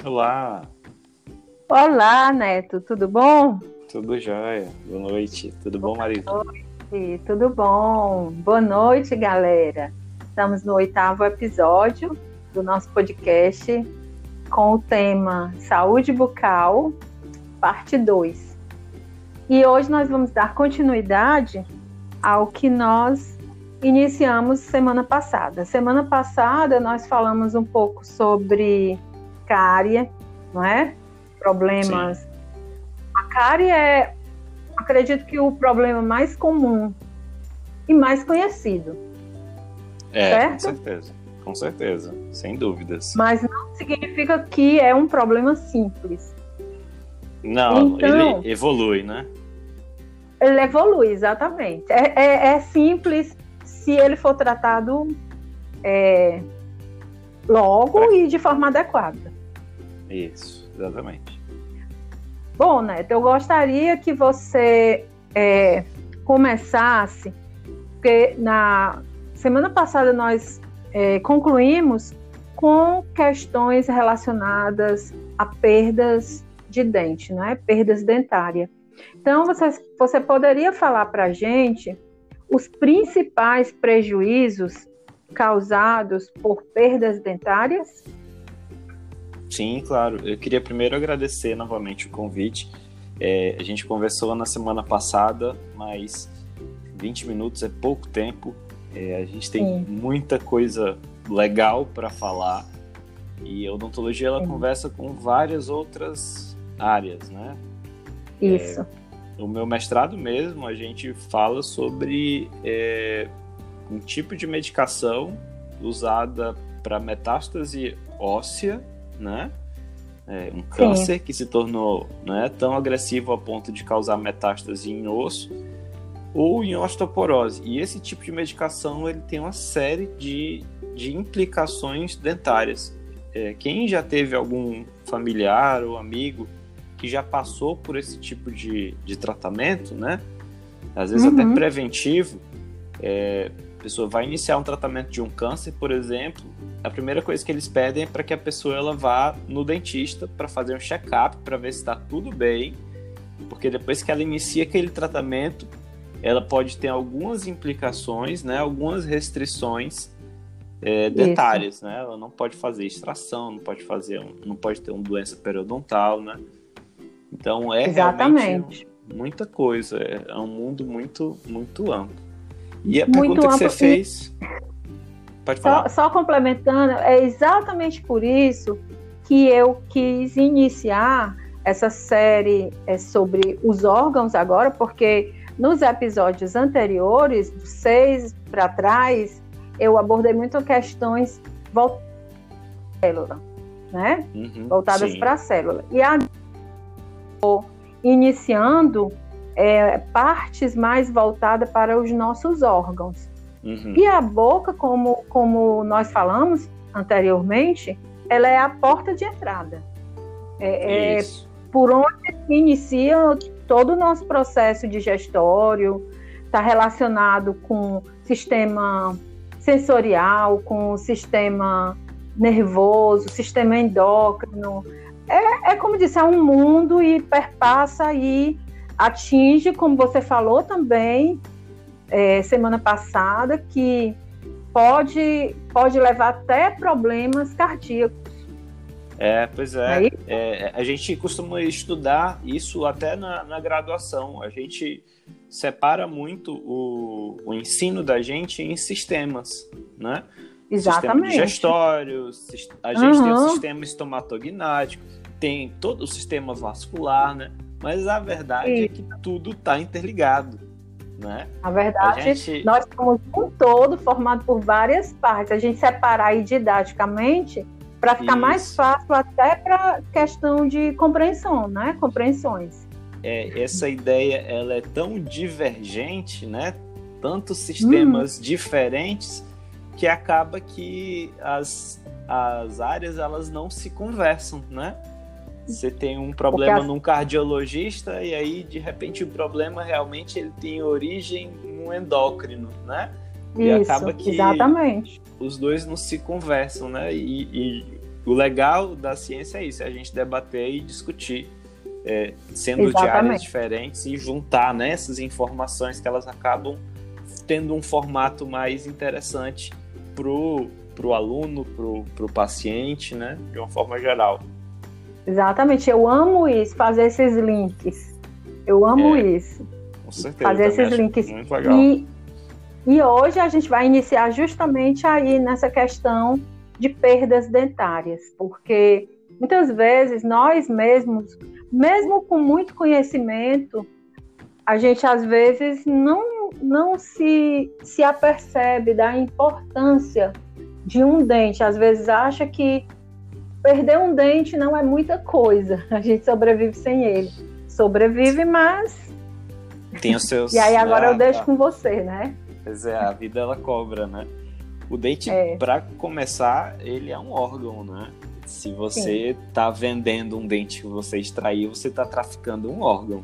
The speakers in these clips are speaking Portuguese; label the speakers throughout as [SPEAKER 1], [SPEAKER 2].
[SPEAKER 1] Olá,
[SPEAKER 2] Olá, Neto, tudo bom?
[SPEAKER 1] tudo jóia? Boa noite, tudo bom, Marisa?
[SPEAKER 2] Oi, tudo bom? Boa noite, galera. Estamos no 8º episódio do nosso podcast com o tema Saúde Bucal, parte 2. E hoje nós vamos dar continuidade ao que nós iniciamos semana passada. Semana passada nós falamos um pouco sobre cárie, não é? Problemas. Sim. A cárie acredito que o problema mais comum e mais conhecido. Certo?
[SPEAKER 1] Com certeza, sem dúvidas.
[SPEAKER 2] Mas não significa que é um problema simples.
[SPEAKER 1] Não, então, ele evolui, né?
[SPEAKER 2] Ele evolui, exatamente. É simples se ele for tratado logo e de forma adequada.
[SPEAKER 1] Isso, exatamente.
[SPEAKER 2] Bom, Neto, eu gostaria que você começasse, porque na semana passada nós concluímos com questões relacionadas a perdas de dente, né? Perdas dentárias. Então, você poderia falar para a gente os principais prejuízos causados por perdas dentárias?
[SPEAKER 1] Sim, claro. Eu queria primeiro agradecer novamente o convite. A gente conversou na semana passada, mas 20 minutos é pouco tempo. A gente tem muita coisa legal para falar. E a odontologia ela conversa com várias outras áreas, né?
[SPEAKER 2] Isso.
[SPEAKER 1] No meu mestrado mesmo, a gente fala sobre um tipo de medicação usada para metástase óssea, né? Um câncer que se tornou, né, tão agressivo a ponto de causar metástase em osso ou em osteoporose. E esse tipo de medicação ele tem uma série de implicações dentárias. Quem já teve algum familiar ou amigo que já passou por esse tipo de tratamento, né? Às vezes até preventivo, a pessoa vai iniciar um tratamento de um câncer, por exemplo, a primeira coisa que eles pedem é para que a pessoa ela vá no dentista para fazer um check-up, para ver se está tudo bem, porque depois que ela inicia aquele tratamento, ela pode ter algumas implicações, né? Algumas restrições dentárias, né? Ela não pode fazer extração, não pode ter uma doença periodontal, né? Então realmente muita coisa, é um mundo muito, muito amplo. E a pergunta que você fez, pode falar.
[SPEAKER 2] Só complementando, é exatamente por isso que eu quis iniciar essa série sobre os órgãos agora, porque nos episódios anteriores, do 6 para trás, eu abordei muito questões voltadas para a célula, né? Voltadas para a célula. E agora estou iniciando partes mais voltadas para os nossos órgãos. E a boca, como nós falamos anteriormente, ela é a porta de entrada. Por onde se inicia todo o nosso processo digestório, está relacionado com o sistema sensorial, com o sistema nervoso, sistema endócrino. Como disse, é um mundo e perpassa e atinge, como você falou também, semana passada, que pode levar até problemas cardíacos.
[SPEAKER 1] Pois é. A gente costuma estudar isso até na graduação. A gente separa muito o ensino da gente em sistemas, né?
[SPEAKER 2] Exatamente.
[SPEAKER 1] Sistema digestório, a gente tem o sistema estomatognático, tem todo o sistema vascular, né? Mas a verdade é que tudo está interligado, né?
[SPEAKER 2] Na verdade, nós somos um todo formado por várias partes. A gente separar aí didaticamente para ficar mais fácil até para questão de compreensão, né? Compreensões.
[SPEAKER 1] Essa ideia ela é tão divergente, né? Tantos sistemas diferentes que acaba que as áreas elas não se conversam, né? Você tem um problema num cardiologista e aí, de repente, o problema realmente ele tem origem no endócrino, né? E acaba que os dois não se conversam, né? E o legal da ciência é isso, é a gente debater e discutir, sendo de áreas diferentes e juntar, né, essas informações que elas acabam tendo um formato mais interessante pro aluno, pro paciente, né, de uma forma geral.
[SPEAKER 2] Exatamente, eu amo isso, fazer esses links. Eu amo isso.
[SPEAKER 1] Com certeza.
[SPEAKER 2] Fazer esses links.
[SPEAKER 1] Muito legal.
[SPEAKER 2] E hoje a gente vai iniciar justamente aí nessa questão de perdas dentárias, porque muitas vezes nós mesmos, mesmo com muito conhecimento, a gente às vezes não se apercebe da importância de um dente. Às vezes acha que perder um dente não é muita coisa, a gente sobrevive sem ele. Sobrevive, mas...
[SPEAKER 1] Tem os seus...
[SPEAKER 2] E aí agora eu deixo com você, né?
[SPEAKER 1] Pois é, a vida ela cobra, né? O dente, para começar, ele é um órgão, né? Se você tá vendendo um dente que você extraiu, você tá traficando um órgão.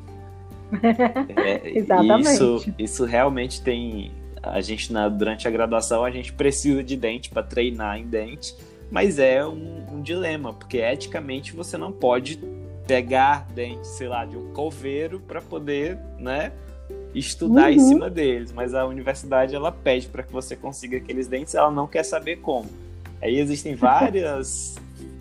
[SPEAKER 2] Exatamente.
[SPEAKER 1] Isso realmente tem... A gente, durante a graduação, a gente precisa de dente para treinar em dente, mas é um dilema, porque eticamente você não pode pegar dente, sei lá, de um coveiro para poder, né, estudar em cima deles, mas a universidade ela pede para que você consiga aqueles dentes, ela não quer saber como. Aí existem várias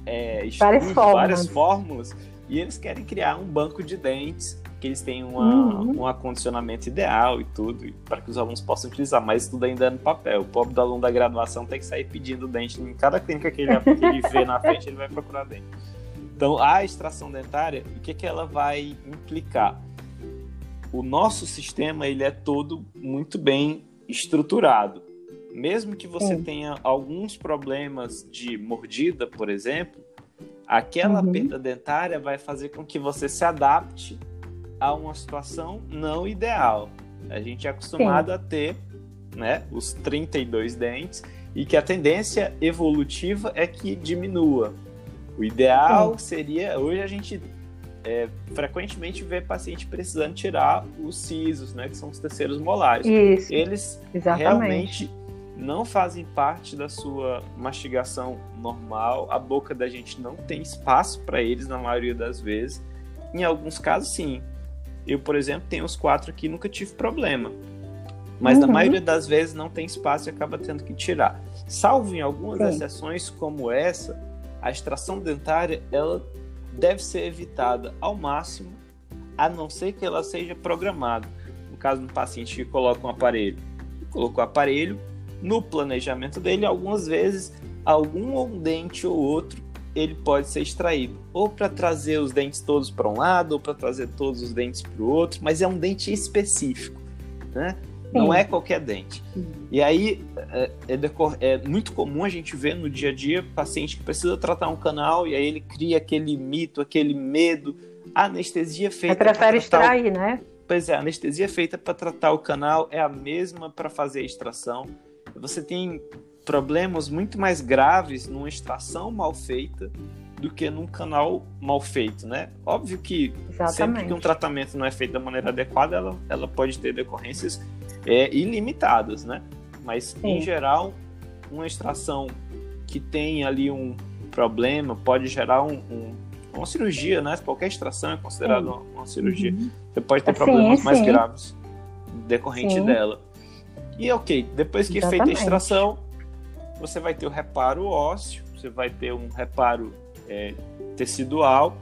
[SPEAKER 1] várias fórmulas, e eles querem criar um banco de dentes que eles têm um acondicionamento ideal e tudo, para que os alunos possam utilizar, mas tudo ainda é no papel. O pobre do aluno da graduação tem que sair pedindo dente em cada clínica que ele vê na frente, ele vai procurar dente. Então, a extração dentária, o que ela vai implicar? O nosso sistema, ele é todo muito bem estruturado. Mesmo que você tenha alguns problemas de mordida, por exemplo, aquela perda dentária vai fazer com que você se adapte a uma situação não ideal. A gente é acostumado a ter, né, os 32 dentes, e que a tendência evolutiva é que diminua. O ideal seria... Hoje a gente frequentemente vê paciente precisando tirar os sisos, né, que são os terceiros molares.
[SPEAKER 2] Isso.
[SPEAKER 1] Eles realmente não fazem parte da sua mastigação normal. A boca da gente não tem espaço para eles na maioria das vezes. Em alguns casos, sim. Eu, por exemplo, tenho os 4 aqui e nunca tive problema. Mas na maioria das vezes não tem espaço e acaba tendo que tirar. Salvo em algumas exceções como essa, a extração dentária ela deve ser evitada ao máximo, a não ser que ela seja programada. No caso do paciente que coloca um aparelho, colocou o aparelho, no planejamento dele, algumas vezes, algum dente ou outro, ele pode ser extraído. Ou para trazer os dentes todos para um lado, ou para trazer todos os dentes para o outro, mas é um dente específico, né? Não é qualquer dente. E aí, é muito comum a gente ver no dia a dia paciente que precisa tratar um canal e aí ele cria aquele mito, aquele medo. A anestesia feita...
[SPEAKER 2] prefere extrair, né?
[SPEAKER 1] Pois é, a anestesia feita para tratar o canal é a mesma para fazer a extração. Você tem problemas muito mais graves numa extração mal feita do que num canal mal feito, né? Óbvio que sempre que um tratamento não é feito da maneira adequada, ela pode ter decorrências ilimitadas, né? Mas, em geral, uma extração que tem ali um problema pode gerar uma cirurgia, né? Qualquer extração é considerada uma cirurgia. Você pode ter problemas mais graves decorrente dela. E, depois que é feita a extração, você vai ter o reparo ósseo, você vai ter um reparo tecidual,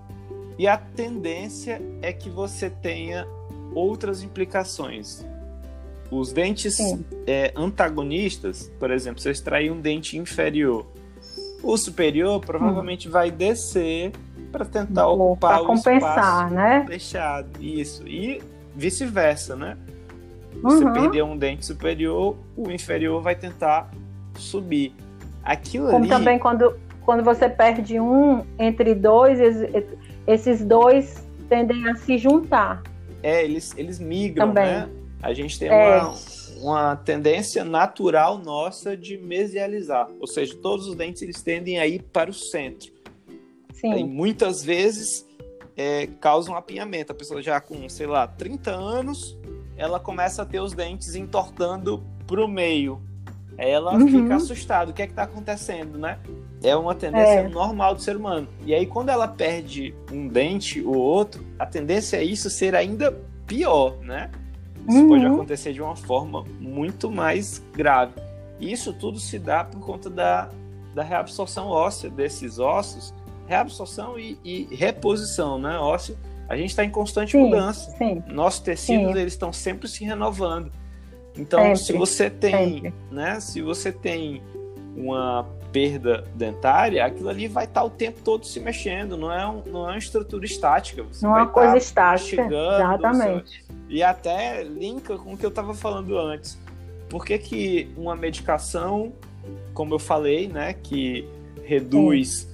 [SPEAKER 1] e a tendência é que você tenha outras implicações. Os dentes antagonistas, por exemplo, se eu extrair um dente inferior, o superior provavelmente vai descer para tentar ocupar o espaço, né? Fechado. Isso. E vice-versa, né? Você perder um dente superior, o inferior vai tentar subir. Aquilo
[SPEAKER 2] como
[SPEAKER 1] ali...
[SPEAKER 2] também quando você perde um entre dois, esses dois tendem a se juntar.
[SPEAKER 1] Eles migram, também, né? A gente tem uma tendência natural nossa de mesializar. Ou seja, todos os dentes eles tendem a ir para o centro.
[SPEAKER 2] Sim.
[SPEAKER 1] E muitas vezes causa um apinhamento. A pessoa já com, 30 anos, ela começa a ter os dentes entortando para o meio. Aí ela fica assustada. O que é que está acontecendo, né? É uma tendência normal do ser humano. E aí, quando ela perde um dente ou outro, a tendência é isso ser ainda pior, né? Isso pode acontecer de uma forma muito mais grave. E isso tudo se dá por conta da reabsorção óssea desses ossos. Reabsorção e reposição, né? Ósseo, a gente está em constante mudança.
[SPEAKER 2] Sim.
[SPEAKER 1] Nossos tecidos, eles estão sempre se renovando. Então, se você tem, né? Se você tem uma perda dentária, aquilo ali vai estar o tempo todo se mexendo, não é uma estrutura estática. Você
[SPEAKER 2] não é uma coisa estática,
[SPEAKER 1] exatamente. E até linka com o que eu estava falando antes. Por que uma medicação, como eu falei, né, que reduz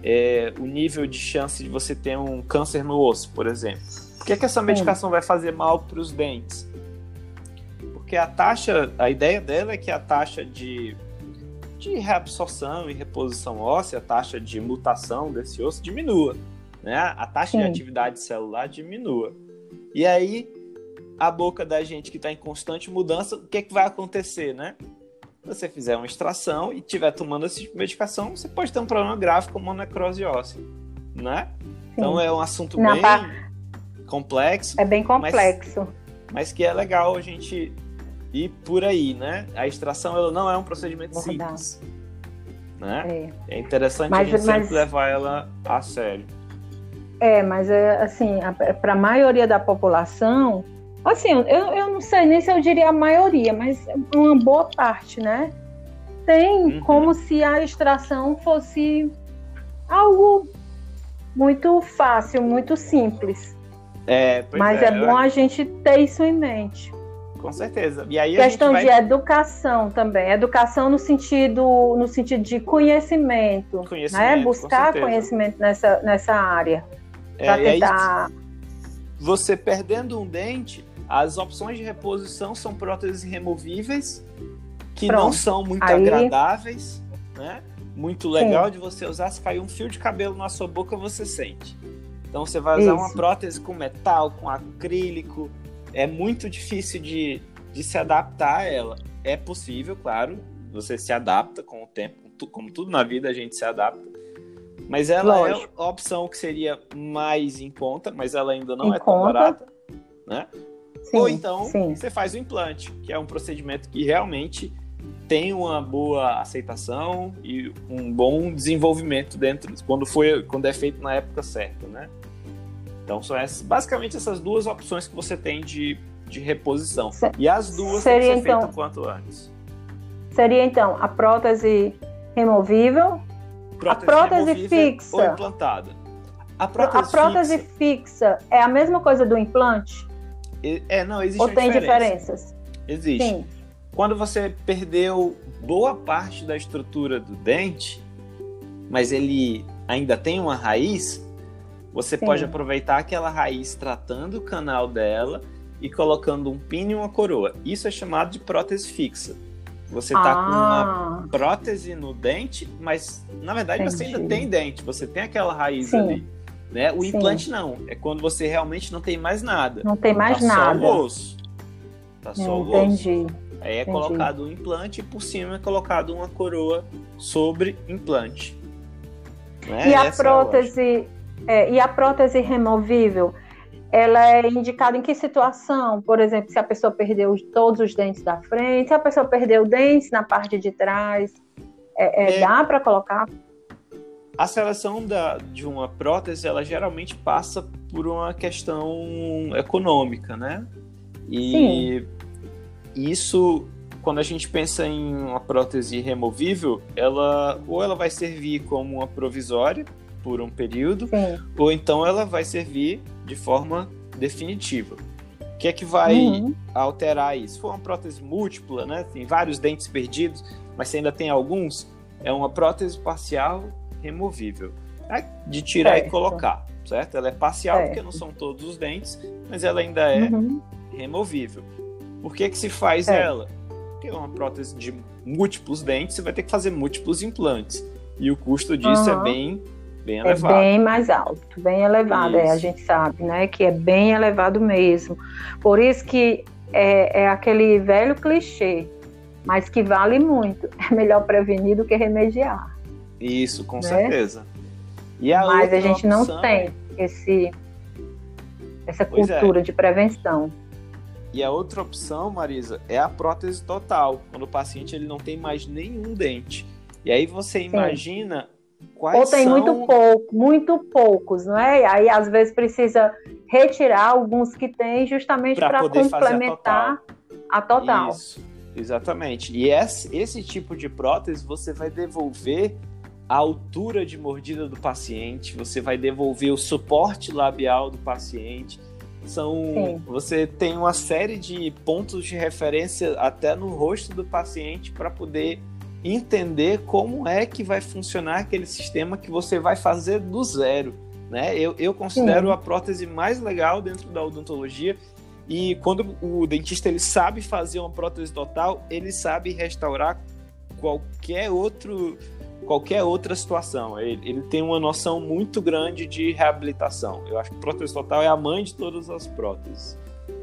[SPEAKER 1] o nível de chance de você ter um câncer no osso, por exemplo? Por que essa medicação vai fazer mal para os dentes? Porque a ideia dela é que a taxa de reabsorção e reposição óssea, a taxa de mutação desse osso diminua, né? A taxa de atividade celular diminua. E aí, a boca da gente que está em constante mudança, o que é que vai acontecer, né? Se você fizer uma extração e estiver tomando essa medicação, você pode ter um problema grave como uma necrose óssea, né? Então é um assunto bem complexo.
[SPEAKER 2] É bem complexo.
[SPEAKER 1] Mas que é legal a gente ir por aí, né? A extração, ela não é um procedimento simples, né? É interessante a gente sempre levar ela a sério.
[SPEAKER 2] Mas assim, para a maioria da população, assim, eu não sei nem se eu diria a maioria, mas uma boa parte, né? Tem como se a extração fosse algo muito fácil, muito simples. Mas bom a gente ter isso em mente.
[SPEAKER 1] Com certeza. E aí
[SPEAKER 2] questão de educação também. Educação no sentido de conhecimento, né? Buscar conhecimento nessa área. Para tentar...
[SPEAKER 1] Aí, você perdendo um dente, as opções de reposição são próteses removíveis, que não são muito agradáveis, né? Muito legal de você usar. Se cair um fio de cabelo na sua boca, você sente. Então você vai usar uma prótese com metal, com acrílico. É muito difícil de se adaptar a ela. É possível, claro, você se adapta com o tempo, como tudo na vida a gente se adapta, mas ela é a opção que seria mais em conta, mas ela ainda não é tão barata, né? Ou então você faz o implante, que é um procedimento que realmente tem uma boa aceitação e um bom desenvolvimento quando é feito na época certa, né? Então, são basicamente essas duas opções que você tem de reposição. E as duas têm que ser feitas quanto antes.
[SPEAKER 2] Seria, então, a prótese removível, a prótese fixa
[SPEAKER 1] ou implantada. A
[SPEAKER 2] prótese fixa é a mesma coisa do implante?
[SPEAKER 1] Não, existe
[SPEAKER 2] ou tem diferenças?
[SPEAKER 1] Existe. Sim. Quando você perdeu boa parte da estrutura do dente, mas ele ainda tem uma raiz, você pode aproveitar aquela raiz tratando o canal dela e colocando um pino e uma coroa. Isso é chamado de prótese fixa. Você está com uma prótese no dente, mas na verdade você ainda tem dente, você tem aquela raiz ali. Né? O implante não, é quando você realmente não tem mais nada.
[SPEAKER 2] Não tem mais nada.
[SPEAKER 1] Só o osso. Tá só o osso. Aí é colocado um implante e por cima é colocado uma coroa sobre implante. Né?
[SPEAKER 2] E a prótese removível, ela é indicada em que situação? Por exemplo, se a pessoa perdeu todos os dentes da frente, se a pessoa perdeu dentes na parte de trás, dá para colocar?
[SPEAKER 1] A seleção de uma prótese, ela geralmente passa por uma questão econômica, né? E isso, quando a gente pensa em uma prótese removível, ela vai servir como uma provisória por um período, ou então ela vai servir de forma definitiva. O que é que vai alterar isso? Se for uma prótese múltipla, né? Tem vários dentes perdidos, mas você ainda tem alguns, é uma prótese parcial removível. É de tirar e colocar, certo? Ela é parcial porque não são todos os dentes, mas ela ainda é removível. Por que se faz ela? Porque é uma prótese de múltiplos dentes, você vai ter que fazer múltiplos implantes. E o custo disso é bem elevado.
[SPEAKER 2] É bem mais alto, bem elevado. A gente sabe, né, que é bem elevado mesmo. Por isso que é aquele velho clichê, mas que vale muito. É melhor prevenir do que remediar.
[SPEAKER 1] Isso, com
[SPEAKER 2] né?
[SPEAKER 1] certeza.
[SPEAKER 2] Mas a gente não tem essa cultura de prevenção.
[SPEAKER 1] E a outra opção, Marisa, é a prótese total, quando o paciente ele não tem mais nenhum dente. E aí você imagina quais
[SPEAKER 2] Ou tem
[SPEAKER 1] são...
[SPEAKER 2] muito poucos, não é? Aí às vezes precisa retirar alguns que tem justamente para complementar a total.
[SPEAKER 1] Isso, exatamente. E esse tipo de prótese você vai devolver a altura de mordida do paciente, você vai devolver o suporte labial do paciente. Você tem uma série de pontos de referência até no rosto do paciente para poder entender como é que vai funcionar aquele sistema que você vai fazer do zero, né? Eu considero a prótese mais legal dentro da odontologia, e quando o dentista ele sabe fazer uma prótese total, ele sabe restaurar qualquer outra situação. Ele tem uma noção muito grande de reabilitação. Eu acho que prótese total é a mãe de todas as próteses.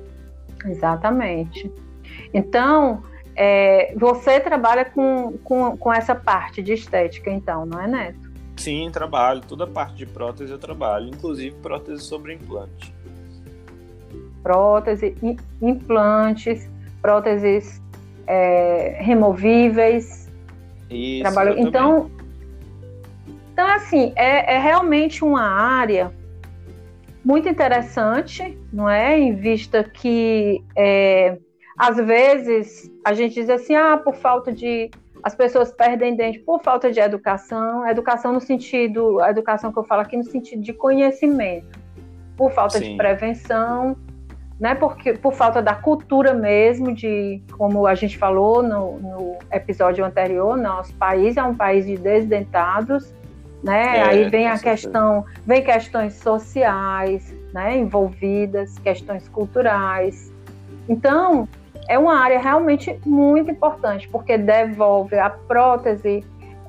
[SPEAKER 2] Exatamente. Então, você trabalha com essa parte de estética, então, não é, Neto?
[SPEAKER 1] Sim, trabalho. Toda a parte de prótese eu trabalho, inclusive prótese sobre implante.
[SPEAKER 2] Prótese, implantes, próteses removíveis.
[SPEAKER 1] Isso,
[SPEAKER 2] trabalho. Então, assim, é realmente uma área muito interessante, não é? Em vista que, às vezes, a gente diz assim, por falta de... As pessoas perdem dente por falta de educação. Educação no sentido... A educação que eu falo aqui no sentido de conhecimento. Por falta de prevenção, né? Por falta da cultura mesmo, de, como a gente falou no episódio anterior, nosso país é um país de desdentados, né? Aí vem vem questões sociais, né, envolvidas, questões culturais. Então, é uma área realmente muito importante, porque devolve a prótese,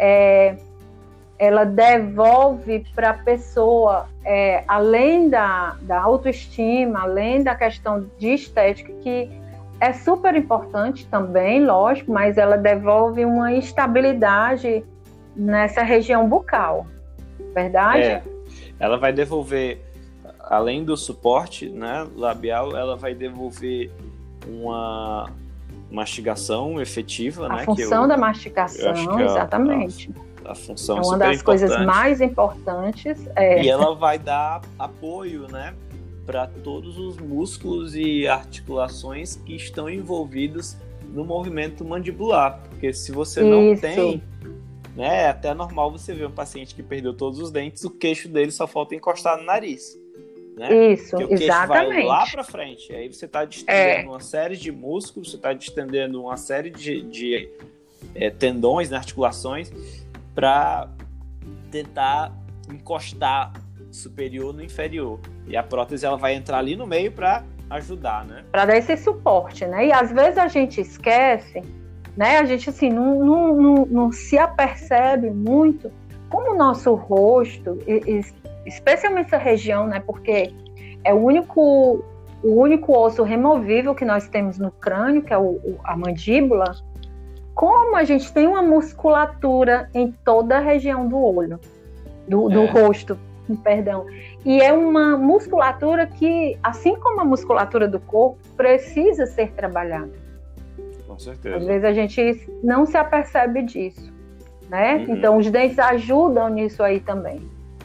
[SPEAKER 2] ela devolve para a pessoa, além da autoestima, além da questão de estética, que é super importante também, lógico, mas ela devolve uma estabilidade nessa região bucal, verdade?
[SPEAKER 1] Ela vai devolver, além do suporte, né, labial, ela vai devolver uma mastigação efetiva,
[SPEAKER 2] a
[SPEAKER 1] né?
[SPEAKER 2] função da mastigação, exatamente.
[SPEAKER 1] A função
[SPEAKER 2] é uma das coisas mais importantes.
[SPEAKER 1] E ela vai dar apoio, né, para todos os músculos e articulações que estão envolvidos no movimento mandibular, porque se você não tem, né, é até normal você ver um paciente que perdeu todos os dentes, o queixo dele só falta encostar no nariz, né?
[SPEAKER 2] Isso,
[SPEAKER 1] porque o queixo vai lá para frente, aí você está distendendo uma série de músculos, você está distendendo uma série de tendões, né, articulações, para tentar encostar superior no inferior. E a prótese ela vai entrar ali no meio para ajudar, né? Para
[SPEAKER 2] dar esse suporte, né? E às vezes a gente esquece, né? A gente assim não se apercebe muito como o nosso rosto, especialmente essa região, né? Porque é o único osso removível que nós temos no crânio, que é a mandíbula. Como a gente tem uma musculatura em toda a região do olho, do rosto, perdão. E é uma musculatura que, assim como a musculatura do corpo, precisa ser trabalhada.
[SPEAKER 1] Com certeza.
[SPEAKER 2] Às vezes a gente não se apercebe disso, né? Então os dentes ajudam nisso aí também.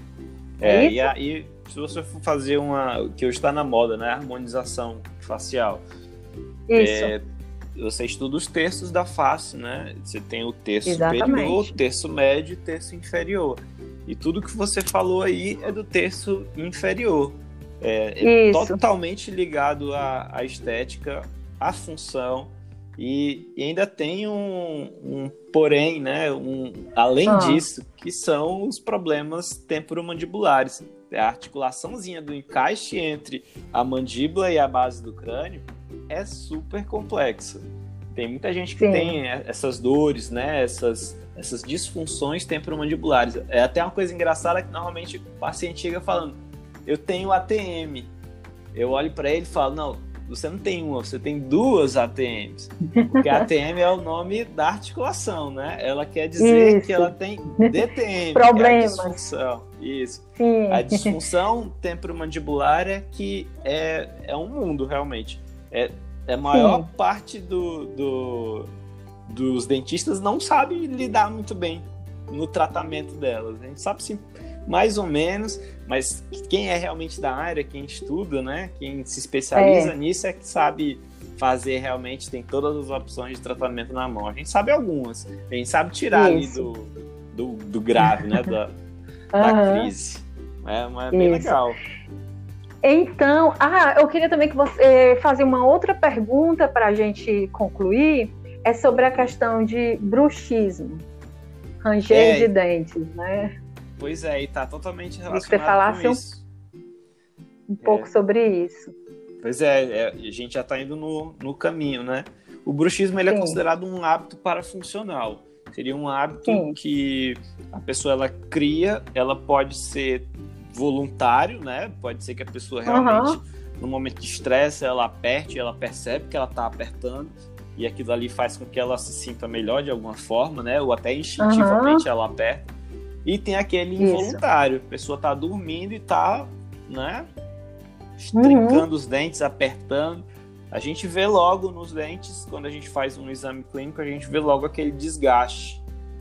[SPEAKER 1] E aí, se você for fazer que hoje está na moda, né? Harmonização facial.
[SPEAKER 2] Isso.
[SPEAKER 1] Você estuda os terços da face, né? Você tem o terço superior, terço médio e terço inferior. E tudo que você falou aí é do terço inferior. É totalmente ligado à estética, à função. E ainda tem um porém, né? Além disso, que são os problemas temporomandibulares. A articulaçãozinha do encaixe entre a mandíbula e a base do crânio é super complexa. Tem muita gente que tem essas dores, né? Essas disfunções temporomandibulares. É até uma coisa engraçada que normalmente o paciente chega falando: eu tenho ATM. Eu olho para ele e falo: não, você não tem uma, você tem duas ATMs. Porque a ATM é o nome da articulação, né? Ela quer dizer que ela tem DTM,
[SPEAKER 2] problemas.
[SPEAKER 1] Que é a disfunção. Isso.
[SPEAKER 2] Sim.
[SPEAKER 1] A disfunção temporomandibular é que é um mundo, realmente. A maior parte dos dentistas não sabe lidar muito bem no tratamento delas. A gente sabe, sim, mais ou menos, mas quem é realmente da área, quem estuda, né, quem se especializa nisso é que sabe fazer realmente, tem todas as opções de tratamento na mão. A gente sabe algumas, a gente sabe tirar ali do grave, né, da crise. É bem legal.
[SPEAKER 2] Então, eu queria também que você fazer uma outra pergunta para a gente concluir, é sobre a questão de bruxismo, ranger de dentes, né?
[SPEAKER 1] Pois é, e está totalmente relacionado
[SPEAKER 2] você falasse
[SPEAKER 1] com isso.
[SPEAKER 2] Um pouco sobre isso.
[SPEAKER 1] Pois é, a gente já está indo no caminho, né? O bruxismo ele é considerado um hábito parafuncional. Seria um hábito que a pessoa ela cria, ela pode ser voluntário, né? Pode ser que a pessoa realmente, no momento de estresse, ela aperte, ela percebe que ela está apertando, e aquilo ali faz com que ela se sinta melhor de alguma forma, né? Ou até instintivamente ela aperta. E tem aquele involuntário. A pessoa está dormindo e está, né, trincando os dentes, apertando. A gente vê logo nos dentes, quando a gente faz um exame clínico, a gente vê logo aquele desgaste.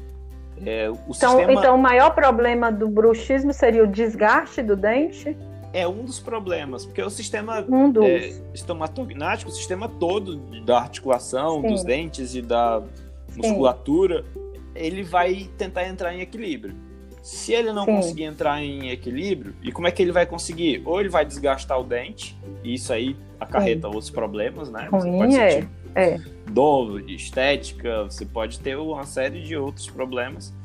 [SPEAKER 2] Então, o maior problema do bruxismo seria o desgaste do dente?
[SPEAKER 1] É um dos problemas, porque o sistema estomatognático, o sistema todo da articulação, dos dentes e da musculatura, ele vai tentar entrar em equilíbrio. Se ele não conseguir entrar em equilíbrio, e como é que ele vai conseguir? Ou ele vai desgastar o dente, e isso aí acarreta outros problemas, né? Você pode sentir dor, estética, você pode ter uma série de outros problemas.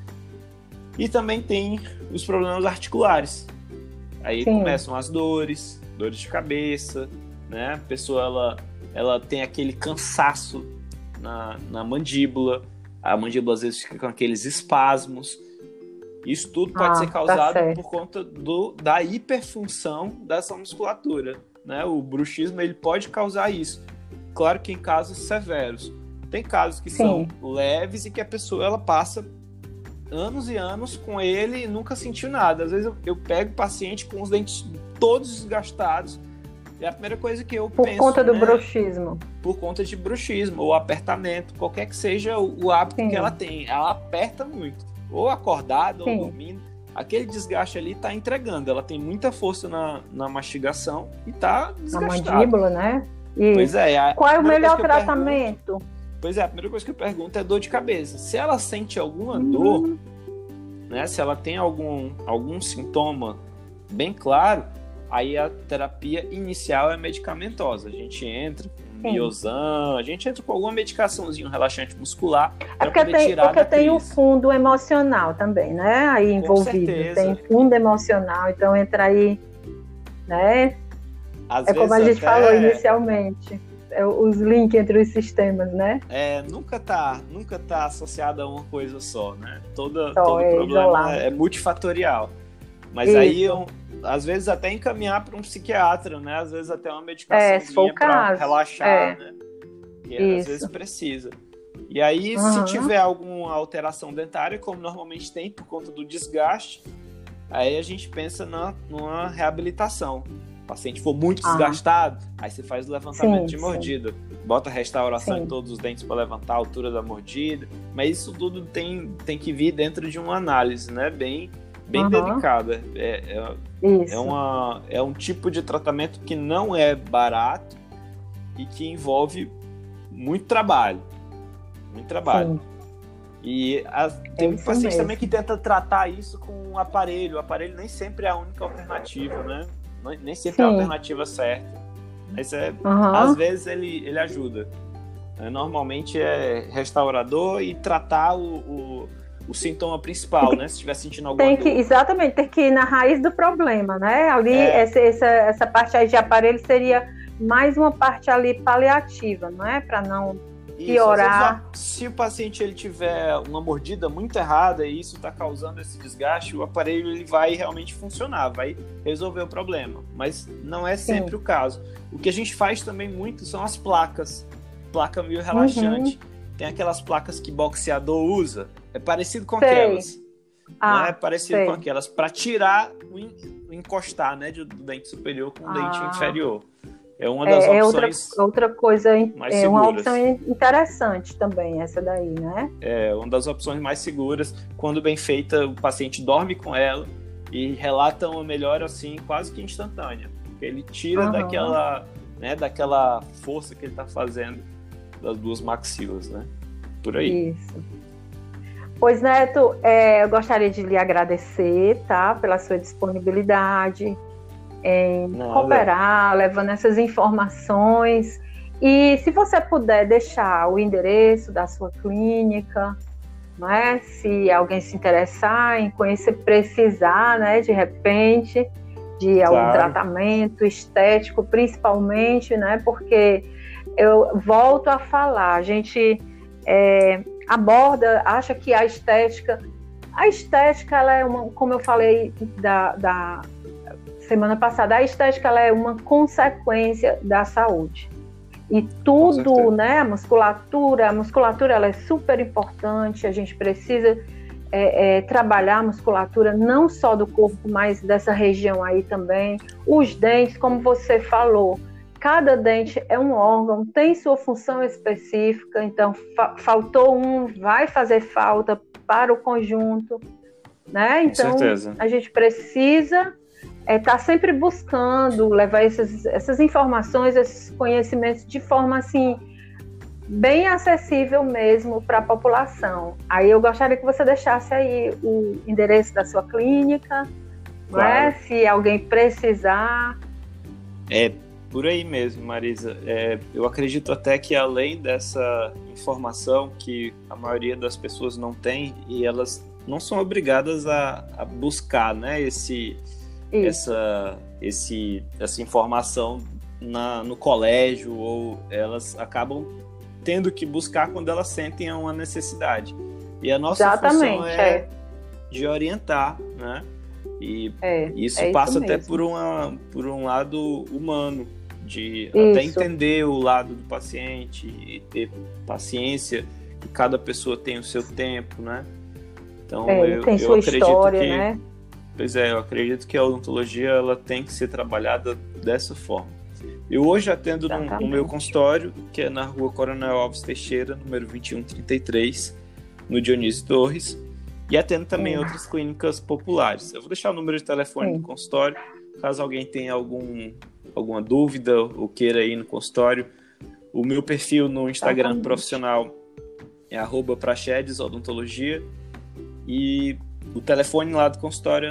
[SPEAKER 1] E também tem os problemas articulares. Aí começam as dores de cabeça, né? A pessoa ela tem aquele cansaço na mandíbula, a mandíbula às vezes fica com aqueles espasmos. Isso tudo pode ser causado por conta da hiperfunção dessa musculatura, né? O bruxismo ele pode causar isso. Claro que em casos severos. Tem casos que são leves e que a pessoa ela passa anos e anos com ele e nunca sentiu nada. Às vezes eu pego o paciente com os dentes todos desgastados e a primeira coisa que eu penso... Por conta do
[SPEAKER 2] bruxismo.
[SPEAKER 1] Por conta de bruxismo ou apertamento, qualquer que seja o hábito que ela tem. Ela aperta muito. Ou acordada ou dormindo. Aquele desgaste ali está entregando. Ela tem muita força na mastigação e está desgastada.
[SPEAKER 2] Na mandíbula, né? Isso.
[SPEAKER 1] Pois é.
[SPEAKER 2] Qual é o melhor tratamento?
[SPEAKER 1] Pois é, a primeira coisa que eu pergunto é dor de cabeça. Se ela sente alguma dor, né, se ela tem algum sintoma bem claro, aí a terapia inicial é medicamentosa. A gente entra com Miozan, a gente entra com alguma medicaçãozinha, um relaxante muscular, para poder tirar da crise.
[SPEAKER 2] Tem o fundo emocional também, né? Aí envolvido. Tem fundo emocional, então entra aí, né?
[SPEAKER 1] Às
[SPEAKER 2] como a gente falou inicialmente. Os links entre os sistemas, né?
[SPEAKER 1] Nunca tá associado a uma coisa só, né? Todo problema isolado. É multifatorial. Mas aí, às vezes, até encaminhar para um psiquiatra, né? Às vezes até uma medicação para relaxar, né? E às vezes precisa. E aí, se tiver alguma alteração dentária, como normalmente tem por conta do desgaste, aí a gente pensa numa reabilitação. O paciente for muito desgastado, aí você faz o levantamento de mordida. Bota restauração em todos os dentes para levantar a altura da mordida. Mas isso tudo tem que vir dentro de uma análise, né? Bem delicada. É um tipo de tratamento que não é barato e que envolve muito trabalho. Muito trabalho. E tem pacientes também que tenta tratar isso com um aparelho. O aparelho nem sempre é a única alternativa, né? Nem sempre é a alternativa certa. Mas às vezes ele ajuda. Normalmente é restaurador e tratar o sintoma principal, né? Se estiver sentindo alguma dor.
[SPEAKER 2] Exatamente, tem que ir na raiz do problema, né? Ali, essa parte aí de aparelho seria mais uma parte ali paliativa, não é? Para não piorar.
[SPEAKER 1] Se o paciente ele tiver uma mordida muito errada e isso está causando esse desgaste, o aparelho ele vai realmente funcionar, vai resolver o problema. Mas não é sempre o caso. O que a gente faz também muito são as placas. Placa meio relaxante. Tem aquelas placas que boxeador usa. É parecido com aquelas. Não é parecido com aquelas. Para tirar o encostar, né, do dente superior com o dente inferior. É uma das opções.
[SPEAKER 2] Outra coisa,
[SPEAKER 1] mais seguras.
[SPEAKER 2] Uma opção interessante também, essa daí, né?
[SPEAKER 1] É uma das opções mais seguras. Quando bem feita, o paciente dorme com ela e relata uma melhora assim, quase que instantânea. Porque ele tira daquela força que ele está fazendo das duas maxilas, né? Por aí.
[SPEAKER 2] Isso. Pois, Neto, eu gostaria de lhe agradecer, tá? Pela sua disponibilidade em cooperar, levando essas informações. E se você puder deixar o endereço da sua clínica, não é? Se alguém se interessar em conhecer, precisar, né, de repente, de algum tratamento estético, principalmente, né? Porque eu volto a falar, a gente acha que a estética ela é como eu falei da semana passada, a estética ela é uma consequência da saúde. E tudo, né, a musculatura ela é super importante, a gente precisa trabalhar a musculatura não só do corpo, mas dessa região aí também. Os dentes, como você falou, cada dente é um órgão, tem sua função específica, então faltou vai fazer falta para o conjunto, né? Então, a gente precisa estar sempre buscando levar essas informações, esses conhecimentos de forma assim bem acessível mesmo para a população. Aí eu gostaria que você deixasse aí o endereço da sua clínica, né? Se alguém precisar.
[SPEAKER 1] Por aí mesmo, Marisa. Eu acredito até que além dessa informação que a maioria das pessoas não tem e elas não são obrigadas a buscar, né, essa informação no colégio, ou elas acabam tendo que buscar quando elas sentem uma necessidade. E a nossa função de orientar, né? E isso passa até por um lado humano, de até entender o lado do paciente e ter paciência, que cada pessoa tem o seu tempo, né? Então
[SPEAKER 2] tem sua história, né?
[SPEAKER 1] Pois eu acredito que a odontologia ela tem que ser trabalhada dessa forma. Eu hoje atendo no meu consultório, que é na Rua Coronel Alves Teixeira, número 2133, no Dionísio Torres, e atendo também outras clínicas populares. Eu vou deixar o número de telefone do consultório, caso alguém tenha alguma dúvida ou queira ir no consultório. O meu perfil no Instagram profissional é @praxedes-odontologia, e o telefone lá do consultório é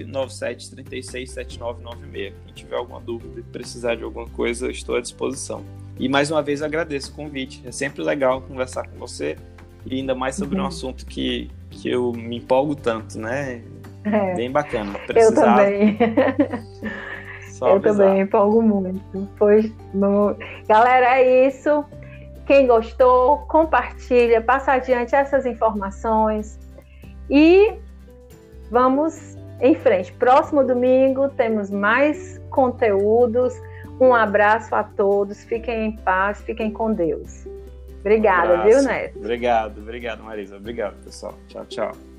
[SPEAKER 1] 997-367996. Quem tiver alguma dúvida e precisar de alguma coisa, eu estou à disposição. E mais uma vez agradeço o convite. É sempre legal conversar com você, e ainda mais sobre um assunto que eu me empolgo tanto, né? Bem bacana.
[SPEAKER 2] Precisava... Eu também. Eu também me empolgo muito. Galera, é isso. Quem gostou, compartilha, passa adiante essas informações. E vamos em frente. Próximo domingo temos mais conteúdos. Um abraço a todos. Fiquem em paz, fiquem com Deus. Obrigada, viu, Neto?
[SPEAKER 1] Obrigado, Marisa. Obrigado, pessoal. Tchau, tchau.